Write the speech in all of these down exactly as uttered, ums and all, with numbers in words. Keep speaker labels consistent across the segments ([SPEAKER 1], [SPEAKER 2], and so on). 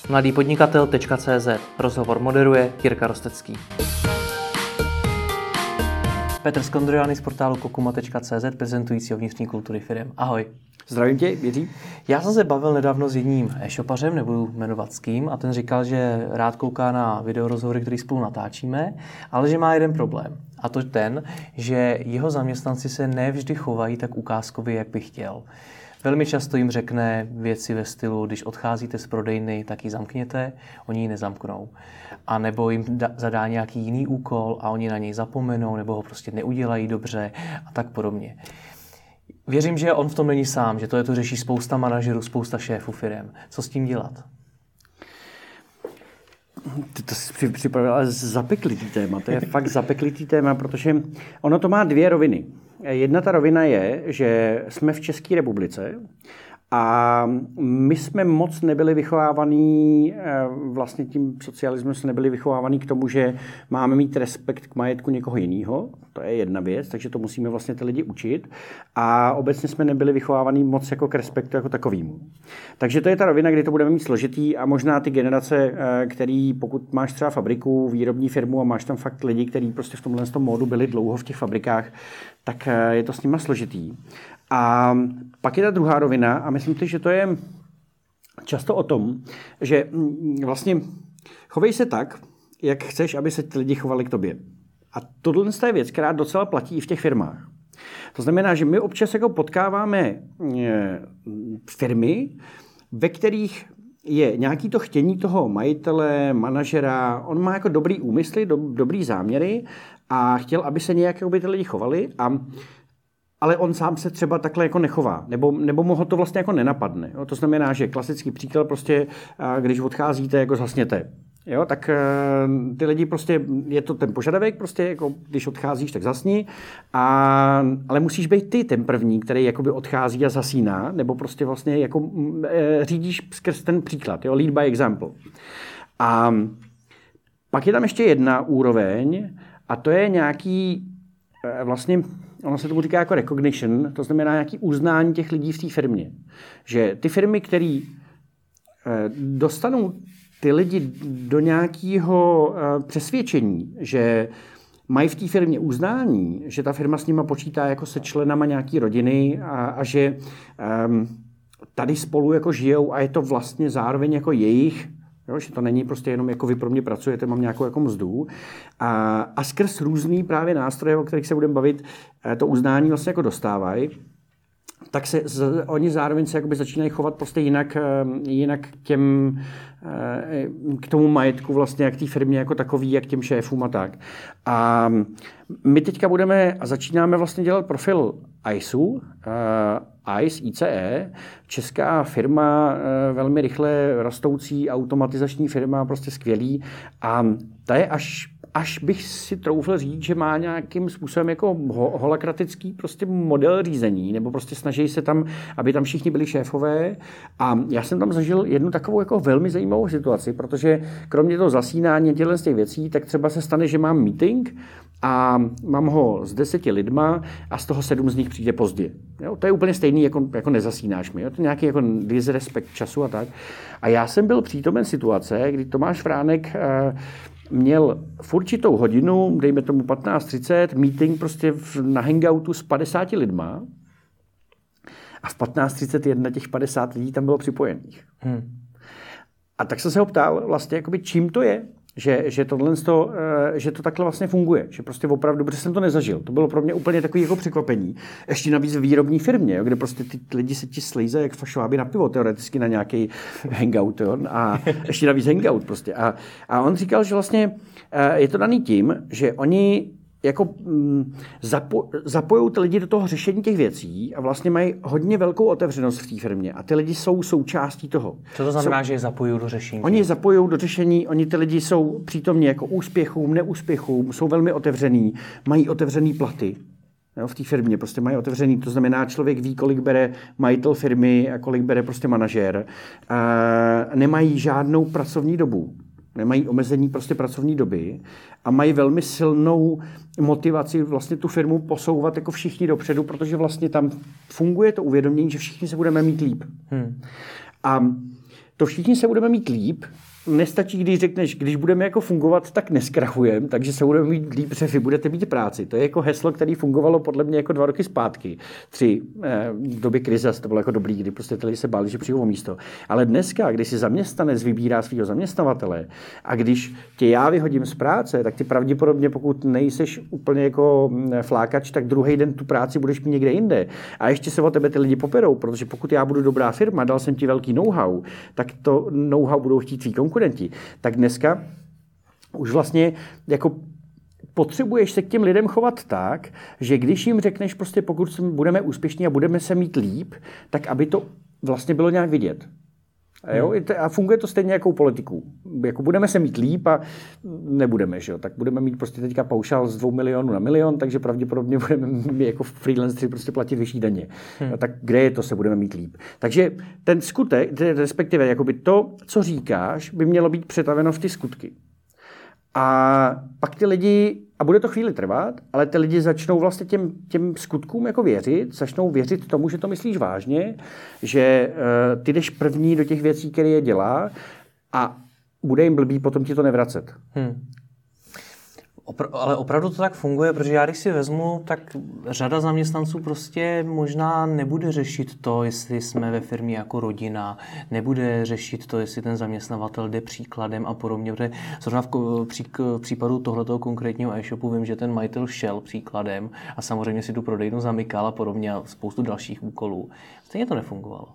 [SPEAKER 1] mladý podnikatel tečka cé zet. Rozhovor moderuje Jirka Rostecký. Petr Skondrojany z portálu kokuma tečka cé zet, prezentující o vnitřní kultury firem. Ahoj.
[SPEAKER 2] Zdravím tě, Jiří.
[SPEAKER 1] Já jsem se bavil nedávno s jedním e-shopařem, nebudu jmenovat s kým, a ten říkal, že rád kouká na videorozhovory, které spolu natáčíme, ale že má jeden problém. A to ten, že jeho zaměstnanci se nevždy chovají tak ukázkově, jak by chtěl. Velmi často jim řekne věci ve stylu, když odcházíte z prodejny, tak ji zamkněte, oni ji nezamknou. A nebo jim da, zadá nějaký jiný úkol a oni na něj zapomenou, nebo ho prostě neudělají dobře a tak podobně. Věřím, že on v tom není sám, že to je to řeší spousta manažerů, spousta šéfů firem. Co s tím dělat?
[SPEAKER 2] Ty to jsi připravil, ale zapeklitý téma. To je fakt zapeklitý téma, protože ono to má dvě roviny. Jedna ta rovina je, že jsme v České republice a my jsme moc nebyli vychovávaní, vlastně tím socialismem jsme nebyli vychovávaní k tomu, že máme mít respekt k majetku někoho jiného. To je jedna věc, takže to musíme vlastně ty lidi učit. A obecně jsme nebyli vychovávaní moc jako k respektu jako takovému. Takže to je ta rovina, kdy to budeme mít složitý a možná ty generace, který pokud máš třeba fabriku, výrobní firmu a máš tam fakt lidi, kteří prostě v tomhle tom módu byli dlouho v těch fabrikách, tak je to s nima složitý. A pak je ta druhá rovina a myslím si, že to je často o tom, že vlastně chovej se tak, jak chceš, aby se ty lidi chovali k tobě. A tohle je věc, která docela platí i v těch firmách. To znamená, že my občas jako potkáváme firmy, ve kterých je nějaký to chtění toho majitele, manažera, on má jako dobrý úmysly, do, dobrý záměry a chtěl, aby se nějak by ty lidi chovali, a, ale on sám se třeba takhle jako nechová, nebo, nebo mu ho to vlastně jako nenapadne. Jo? To znamená, že klasický příklad prostě, když odcházíte, jako zhasněte. Jo, tak ty lidi prostě, je to ten požadavek, prostě jako když odcházíš, tak zasni, a, ale musíš být ty ten první, který jakoby odchází a zasíná, nebo prostě vlastně jako e, řídíš skrz ten příklad, jo, lead by example. A pak je tam ještě jedna úroveň a to je nějaký e, vlastně, ono se tomu říká jako recognition, to znamená nějaký uznání těch lidí v té firmě. Že ty firmy, které e, dostanou ty lidi do nějakého uh, přesvědčení, že mají v té firmě uznání, že ta firma s nima počítá jako se členama nějaký rodiny a, a že um, tady spolu jako žijou a je to vlastně zároveň jako jejich, jo, že to není prostě jenom jako vy pro mě pracujete, mám nějakou jako mzdu. A, a skrz různý právě nástroje, o kterých se budeme bavit, to uznání vlastně jako dostávají, tak se z, oni zároveň se jakoby začínají chovat prostě jinak, jinak k, těm, k tomu majetku vlastně, jak k té firmě jako takový, jak těm šéfům a tak. A my teďka budeme a začínáme vlastně dělat profil I C E, I C E, I C E, česká firma, velmi rychle rostoucí automatizační firma, prostě skvělý, a ta je až Až bych si troufl říct, že má nějakým způsobem jako holakratický prostě model řízení, nebo prostě snaží se tam, aby tam všichni byli šéfové. A já jsem tam zažil jednu takovou jako velmi zajímavou situaci, protože kromě toho zasínání těchto z těch věcí, tak třeba se stane, že mám meeting a mám ho s deseti lidma a z toho sedm z nich přijde pozdě. Jo, to je úplně stejný, jako, jako nezasínáš mi. Jo? To je nějaký jako disrespekt času a tak. A já jsem byl přítomen situace, kdy Tomáš Vránek uh, měl v určitou hodinu, dejme tomu patnáct třicet, meeting prostě v, na hangoutu s padesáti lidma a v patnáct třicet jedna těch padesát lidí tam bylo připojených. Hmm. A tak jsem se ho ptal vlastně, jakoby, čím to je, že, že, tohle to, že to takhle vlastně funguje. Že prostě opravdu, protože jsem to nezažil. To bylo pro mě úplně takový jako překvapení. Ještě navíc v výrobní firmě, jo, kde prostě ty lidi se ti slejzají jak fašváby na pivo, teoreticky na nějaký hangout. Jo, a ještě navíc hangout prostě. A, a on říkal, že vlastně je to daný tím, že oni jako zapo, zapojou ty lidi do toho řešení těch věcí a vlastně mají hodně velkou otevřenost v té firmě a ty lidi jsou součástí toho.
[SPEAKER 1] Co to znamená, jsou, že je zapojují do řešení?
[SPEAKER 2] Oni je zapojují do řešení, oni ty lidi jsou přítomní jako úspěchům, neúspěchům, jsou velmi otevřený, mají otevřený platy. Jo, v té firmě prostě mají otevřený, to znamená, člověk ví, kolik bere majitel firmy a kolik bere prostě manažér. A nemají žádnou pracovní dobu. Nemají omezení prostě pracovní doby a mají velmi silnou motivaci vlastně tu firmu posouvat jako všichni dopředu, protože vlastně tam funguje to uvědomění, že všichni se budeme mít líp. Hmm. A to všichni se budeme mít líp. Nestačí, když řekneš, když budeme jako fungovat, tak neskrachujeme, takže se budeme mít líp, že vy budete mít práci. To je jako heslo, které fungovalo podle mě jako dva roky zpátky. Tři eh, v době krize, to bylo jako dobrý, kdy prostě lidi se báli, že přijdou o místo. Ale dneska, když si zaměstnanec vybírá svého zaměstnavatele a když tě já vyhodím z práce, tak ty pravděpodobně, pokud nejseš úplně jako flákač, tak druhý den tu práci budeš mít někde jinde. A ještě se o tebe ty lidi poperou, protože pokud já budu dobrá firma, dal jsem ti velký know-how, tak to know-how budou chtít tvý konkurenti. Tak dneska už vlastně jako potřebuješ se k těm lidem chovat tak, že když jim řekneš prostě pokud budeme úspěšní a budeme se mít líp, tak aby to vlastně bylo nějak vidět. A, jo? A funguje to stejně jako u politiků. Jako budeme se mít líp a nebudeme, že jo? Tak budeme mít prostě teďka paušál z dvou milionů na milion, takže pravděpodobně budeme mít jako freelanceri prostě platit vyšší daně. Hmm. No, tak kde je to, se budeme mít líp? Takže ten skutek, respektive jakoby to, co říkáš, by mělo být přetaveno v ty skutky. A pak ty lidi, a bude to chvíli trvat, ale ty lidi začnou vlastně těm, těm skutkům jako věřit, začnou věřit tomu, že to myslíš vážně, že uh, ty jdeš první do těch věcí, které je dělá a bude jim blbý potom ti to nevracet. Hmm.
[SPEAKER 1] Opr- ale opravdu to tak funguje, protože já když si vezmu, tak řada zaměstnanců prostě možná nebude řešit to, jestli jsme ve firmě jako rodina, nebude řešit to, jestli ten zaměstnavatel jde příkladem a podobně, protože zrovna v, pří, v případu tohletoho konkrétního e-shopu vím, že ten majitel šel příkladem a samozřejmě si tu prodejnu zamykal a podobně a spoustu dalších úkolů. Stejně to nefungovalo.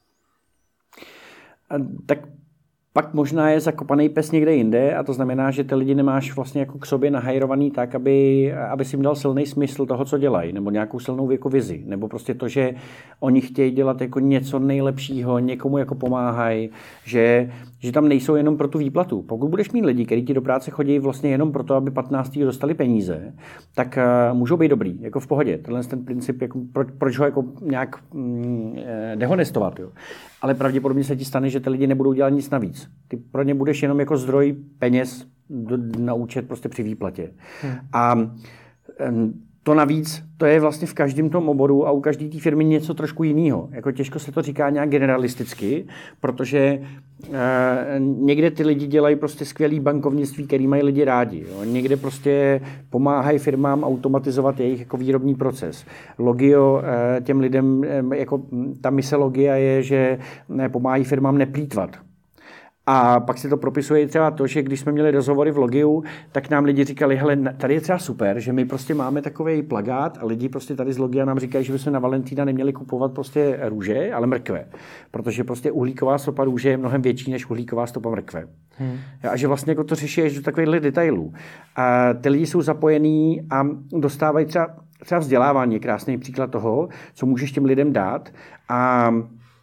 [SPEAKER 2] A tak pak možná je zakopaný pes někde jinde a to znamená, že ty lidi nemáš vlastně jako k sobě nahajrovaný tak, aby, aby si jim dal silný smysl toho, co dělají, nebo nějakou silnou jako vizi, nebo prostě to, že oni chtějí dělat jako něco nejlepšího, někomu jako pomáhají, že, že tam nejsou jenom pro tu výplatu. Pokud budeš mít lidi, kteří ti do práce chodí vlastně jenom proto, aby patnáctého dostali peníze, tak uh, můžou být dobrý, jako v pohodě. Tenhle ten princip, jako, proč, proč ho jako nějak mm, dehonestovat, jo. Ale pravděpodobně se ti stane, že ty lidi nebudou dělat nic navíc. Ty pro ně budeš jenom jako zdroj peněz do, na účet prostě při výplatě. Hmm. A um, to navíc, to je vlastně v každém tom oboru a u každé té firmy něco trošku jiného. Jako těžko se to říká nějak generalisticky, protože e, někde ty lidi dělají prostě skvělý bankovnictví, který mají lidi rádi. Jo. Někde prostě pomáhají firmám automatizovat jejich jako výrobní proces. Logio e, těm lidem, e, jako ta mise Logia je, že ne, pomáhají firmám neplýtvat. A pak se to propisuje třeba to, že když jsme měli rozhovory v Logiu, tak nám lidi říkali, hele, tady je třeba super, že my prostě máme takový plakát a lidi prostě tady z Logia nám říkají, že bychom na Valentína neměli kupovat prostě růže, ale mrkve. Protože prostě uhlíková stopa růže je mnohem větší než uhlíková stopa mrkve. Hmm. A že vlastně jako to řeší až do takovýchhle detailů. A ty lidi jsou zapojení a dostávají třeba, třeba vzdělávání, je krásný příklad toho, co můžeš těm lidem dát. A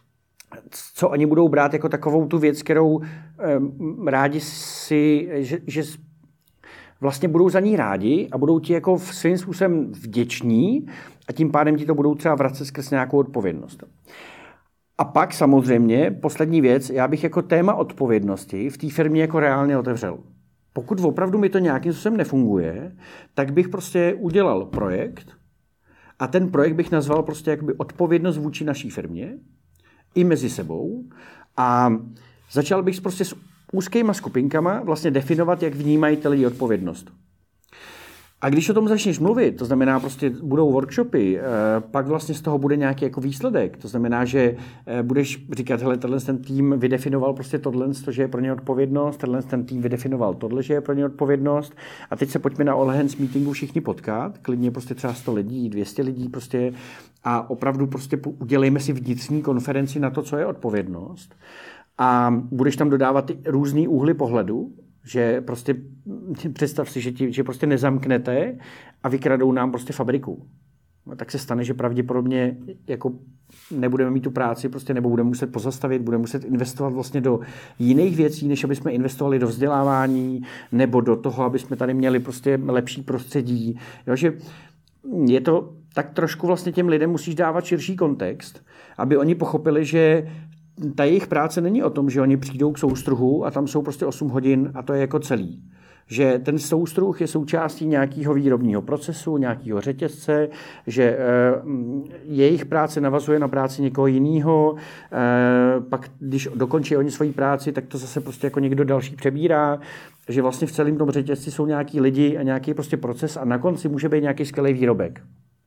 [SPEAKER 2] co oni budou brát jako takovou tu věc, kterou eh, rádi si, že, že vlastně budou za ní rádi a budou ti jako svým způsobem vděční a tím pádem ti to budou třeba vracet skrz nějakou odpovědnost. A pak samozřejmě poslední věc, já bych jako téma odpovědnosti v té firmě jako reálně otevřel. Pokud opravdu mi to nějakým způsobem nefunguje, tak bych prostě udělal projekt a ten projekt bych nazval prostě jakoby odpovědnost vůči naší firmě i mezi sebou a začal bych prostě s úzkýma skupinkama vlastně definovat, jak vnímají ty lidi odpovědnost. A když o tom začneš mluvit, to znamená prostě budou workshopy, pak vlastně z toho bude nějaký jako výsledek. To znamená, že budeš říkat, hele, tenhle ten tým vydefinoval prostě tohle, že je pro ně odpovědnost, tenhle ten tým vydefinoval tohle, že je pro ně odpovědnost. A teď se pojďme na all hands meetingu všichni potkat, klidně prostě třeba sto lidí, dvě stě lidí prostě a opravdu prostě udělejme si vnitřní konferenci na to, co je odpovědnost. A budeš tam dodávat ty různý úhly pohledu, že prostě představ si, že, ti, že prostě nezamknete a vykradou nám prostě fabriku. No, tak se stane, že pravděpodobně jako nebudeme mít tu práci, prostě nebo budeme muset pozastavit, budeme muset investovat vlastně do jiných věcí, než aby jsme investovali do vzdělávání nebo do toho, aby jsme tady měli prostě lepší prostředí. Jo, že je to tak trošku vlastně těm lidem musíš dávat širší kontext, aby oni pochopili, že ta jejich práce není o tom, že oni přijdou k soustruhu a tam jsou prostě osm hodin a to je jako celý. že ten soustruh je součástí nějakého výrobního procesu, nějakého řetězce, že e, jejich práce navazuje na práci někoho jiného, e, pak když dokončí oni svoji práci, tak to zase prostě jako někdo další přebírá, že vlastně v celém tom řetězci jsou nějaký lidi a nějaký prostě proces a na konci může být nějaký skvělý výrobek.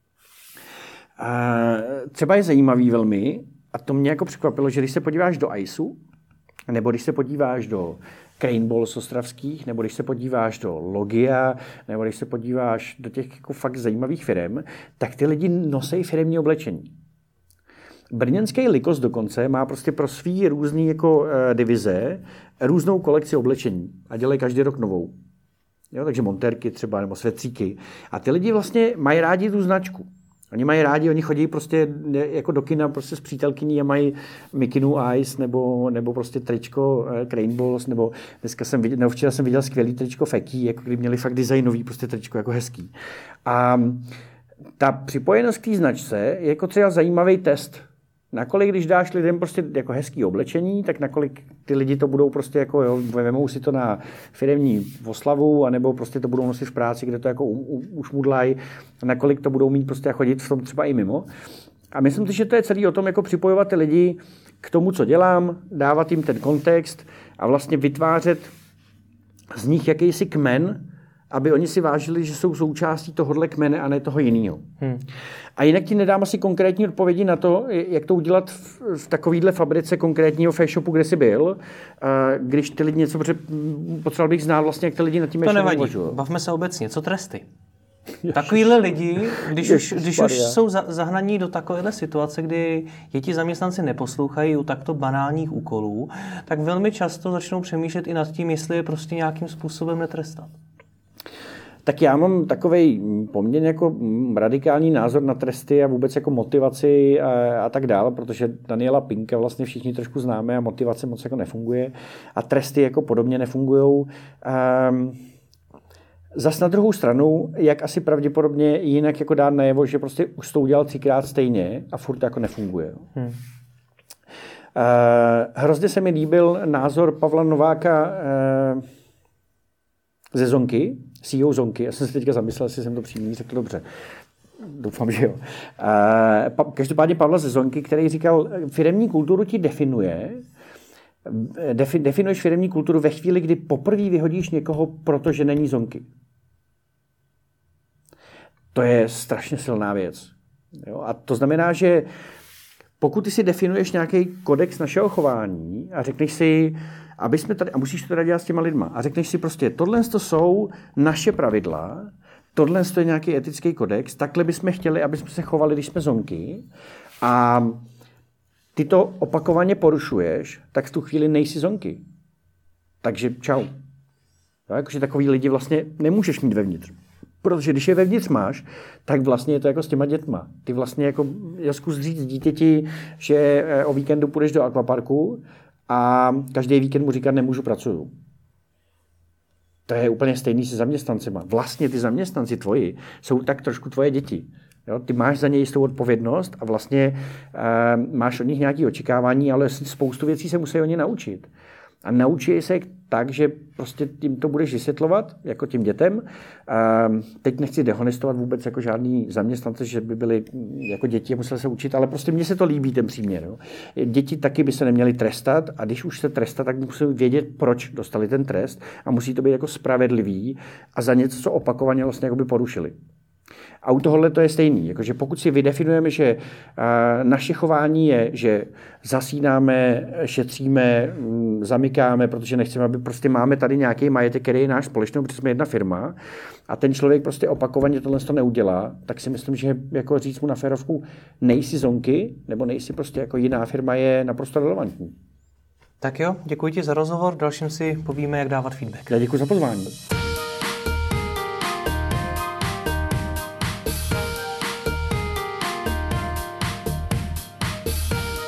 [SPEAKER 2] E, třeba je zajímavý velmi, a to mě jako překvapilo, že když se podíváš do ICEu, nebo když se podíváš do Crane Balls ostravských, nebo když se podíváš do Logia, nebo když se podíváš do těch jako fakt zajímavých firem, tak ty lidi nosí firemní oblečení. Brněnský Likos dokonce má prostě pro svý různý jako e, divize různou kolekci oblečení a dělají každý rok novou. Jo, takže montérky třeba, nebo svetříky. A ty lidi vlastně mají rádi tu značku. Oni mají rádi, oni chodí prostě jako do kina prostě s přítelkyní a mají Mikinu Ice nebo, nebo prostě tričko Crane Balls, nebo dneska jsem viděl, nebo včera jsem viděl skvělý tričko Feký, jako kdy měli fakt designový prostě tričko jako hezký. A ta připojenost k té značce je jako třeba zajímavý test. Nakolik, když dáš lidem prostě jako hezký oblečení, tak nakolik ty lidi to budou prostě jako, jo, vemou si to na firemní oslavu, anebo prostě to budou nosit v práci, kde to jako ušmudlají, nakolik to budou mít prostě a chodit v tom třeba i mimo. A myslím si, že to je celý o tom, jako připojovat ty lidi k tomu, co dělám, dávat jim ten kontext a vlastně vytvářet z nich jakýsi kmen, aby oni si vážili, že jsou součástí tohohle kmene a ne toho jiného. Hmm. A jinak ti nedám asi konkrétní odpovědi na to, jak to udělat v, v takovéhle fabrice konkrétního fashopu, kde jsi byl, když ty lidi něco, protože potřeboval bych znát vlastně, jak ty lidi na tím
[SPEAKER 1] to nevadí. Uvažují. Bavme se obecně. Co tresty? Takovýhle lidi, když už, když už jsou za, zahnaní do takovéhle situace, kdy je ti zaměstnanci neposlouchají u takto banálních úkolů, tak velmi často začnou přemýšlet i nad tím, jestli je prostě nějakým způsobem netrestat.
[SPEAKER 2] Tak já mám takovej poměrně jako radikální názor na tresty a vůbec jako motivaci a, a tak dále, protože Daniela Pinka vlastně všichni trošku známe a motivace moc jako nefunguje a tresty jako podobně nefungujou. Um, Zas na druhou stranu, jak asi pravděpodobně jinak jako dát najevo, že prostě už to udělal třikrát stejně a furt to jako nefunguje. Hmm. Uh, hrozně se mi líbil názor Pavla Nováka uh, ze Zonky, C E O Zonky. Já jsem si teďka zamyslel, jestli jsem to přímě řekl dobře. Doufám, že jo. Uh, každopádně Pavla ze Zonky, který říkal, firemní kulturu ti definuje, defi, definuješ firemní kulturu ve chvíli, kdy poprvé vyhodíš někoho, protože není Zonky. To je strašně silná věc. Jo? A to znamená, že pokud ty si definuješ nějaký kodex našeho chování a řekneš si, aby jsme tady, a musíš to teda dělat s těma lidma, a řekneš si prostě, tohle to jsou naše pravidla, tohle je nějaký etický kodex, takhle bychom chtěli, aby jsme se chovali, když jsme Zonky, a ty to opakovaně porušuješ, tak v tu chvíli nejsi Zonky. Takže čau. Jo, jakože takový lidi vlastně nemůžeš mít vevnitř. Protože když je vevnitř máš, tak vlastně je to jako s těma dětma. Ty vlastně jako zkus říct dítěti, že o víkendu půjdeš do akvaparku a každý víkend mu říkat nemůžu, pracuju. To je úplně stejný se zaměstnancema. Vlastně ty zaměstnanci tvoji jsou tak trošku tvoje děti. Jo? Ty máš za ně jistou odpovědnost a vlastně e, máš od nich nějaké očekávání, ale spoustu věcí se musí oni naučit. A naučí se tak, že prostě tím to budeš vysvětlovat, jako tím dětem. Teď nechci dehonestovat vůbec jako žádný zaměstnance, že by byli jako děti a museli se učit, ale prostě mně se to líbí, ten příměr. Jo. Děti taky by se neměly trestat a když už se trestá, tak musí vědět, proč dostali ten trest a musí to být jako spravedlivý a za něco, co opakovaně vlastně jako by porušili. A u tohohle to je stejný. Jakože pokud si vydefinujeme, že naše chování je, že zasínáme, šetříme, zamykáme, protože nechceme, aby prostě máme tady nějaký majetek, který je náš společný, protože jsme jedna firma a ten člověk prostě opakovaně tohle to neudělá, tak si myslím, že jako říct mu na férovku nejsi Zonky, nebo nejsi prostě jako jiná firma, je naprosto relevantní.
[SPEAKER 1] Tak jo, děkuji ti za rozhovor, dalším si povíme, jak dávat feedback.
[SPEAKER 2] Já děkuji za pozvání.